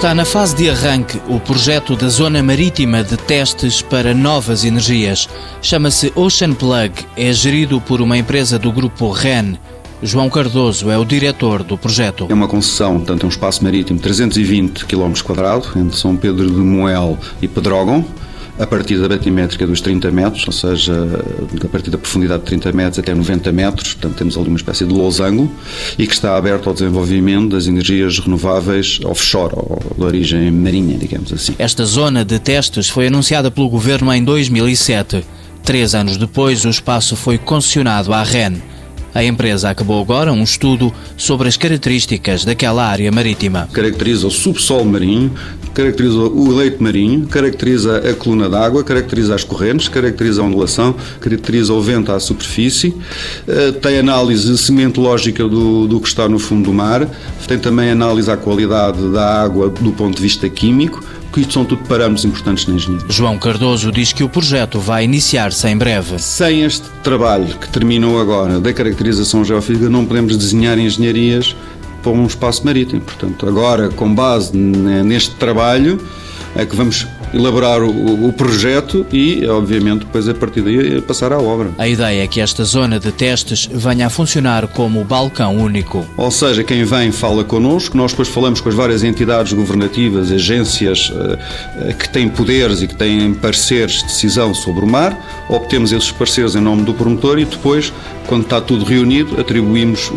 Está na fase de arranque o projeto da Zona Marítima de Testes para Novas Energias. Chama-se Ocean Plug, é gerido por uma empresa do grupo REN. João Cardoso é o diretor do projeto. É uma concessão, portanto é um espaço marítimo de 320 km², entre São Pedro de Moel e Pedrógão, a partir da batimétrica dos 30 metros, ou seja, a partir da profundidade de 30 metros até 90 metros, portanto temos ali uma espécie de losango, e que está aberto ao desenvolvimento das energias renováveis offshore, ou de origem marinha, digamos assim. Esta zona de testes foi anunciada pelo Governo em 2007. 3 anos depois, o espaço foi concessionado à REN. A empresa acabou agora um estudo sobre as características daquela área marítima. Caracteriza o subsolo marinho, caracteriza o leito marinho, caracteriza a coluna d'água, caracteriza as correntes, caracteriza a ondulação, caracteriza o vento à superfície, tem análise sementológica do que está no fundo do mar, tem também análise à qualidade da água do ponto de vista químico, que isto são tudo parâmetros importantes na engenharia. João Cardoso diz que o projeto vai iniciar-se em breve. Sem este trabalho que terminou agora da caracterização geofísica, não podemos desenhar engenharias para um espaço marítimo. Portanto, agora, com base neste trabalho, é que vamos elaborar o projeto e, obviamente, depois a partir daí passar à obra. A ideia é que esta zona de testes venha a funcionar como balcão único. Ou seja, quem vem fala connosco, nós depois falamos com as várias entidades governativas, agências que têm poderes e que têm pareceres de decisão sobre o mar, obtemos esses pareceres em nome do promotor e depois, quando está tudo reunido, atribuímos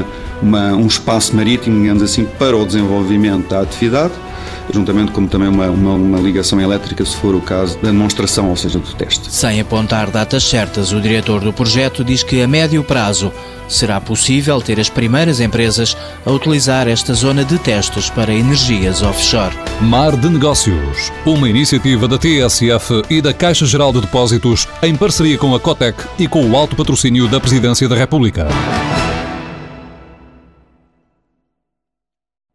um espaço marítimo, digamos assim, para o desenvolvimento da atividade, juntamente como também uma ligação elétrica, se for o caso da demonstração, ou seja, do teste. Sem apontar datas certas, o diretor do projeto diz que a médio prazo será possível ter as primeiras empresas a utilizar esta zona de testes para energias offshore. Mar de Negócios, uma iniciativa da TSF e da Caixa Geral de Depósitos em parceria com a Cotec e com o alto patrocínio da Presidência da República.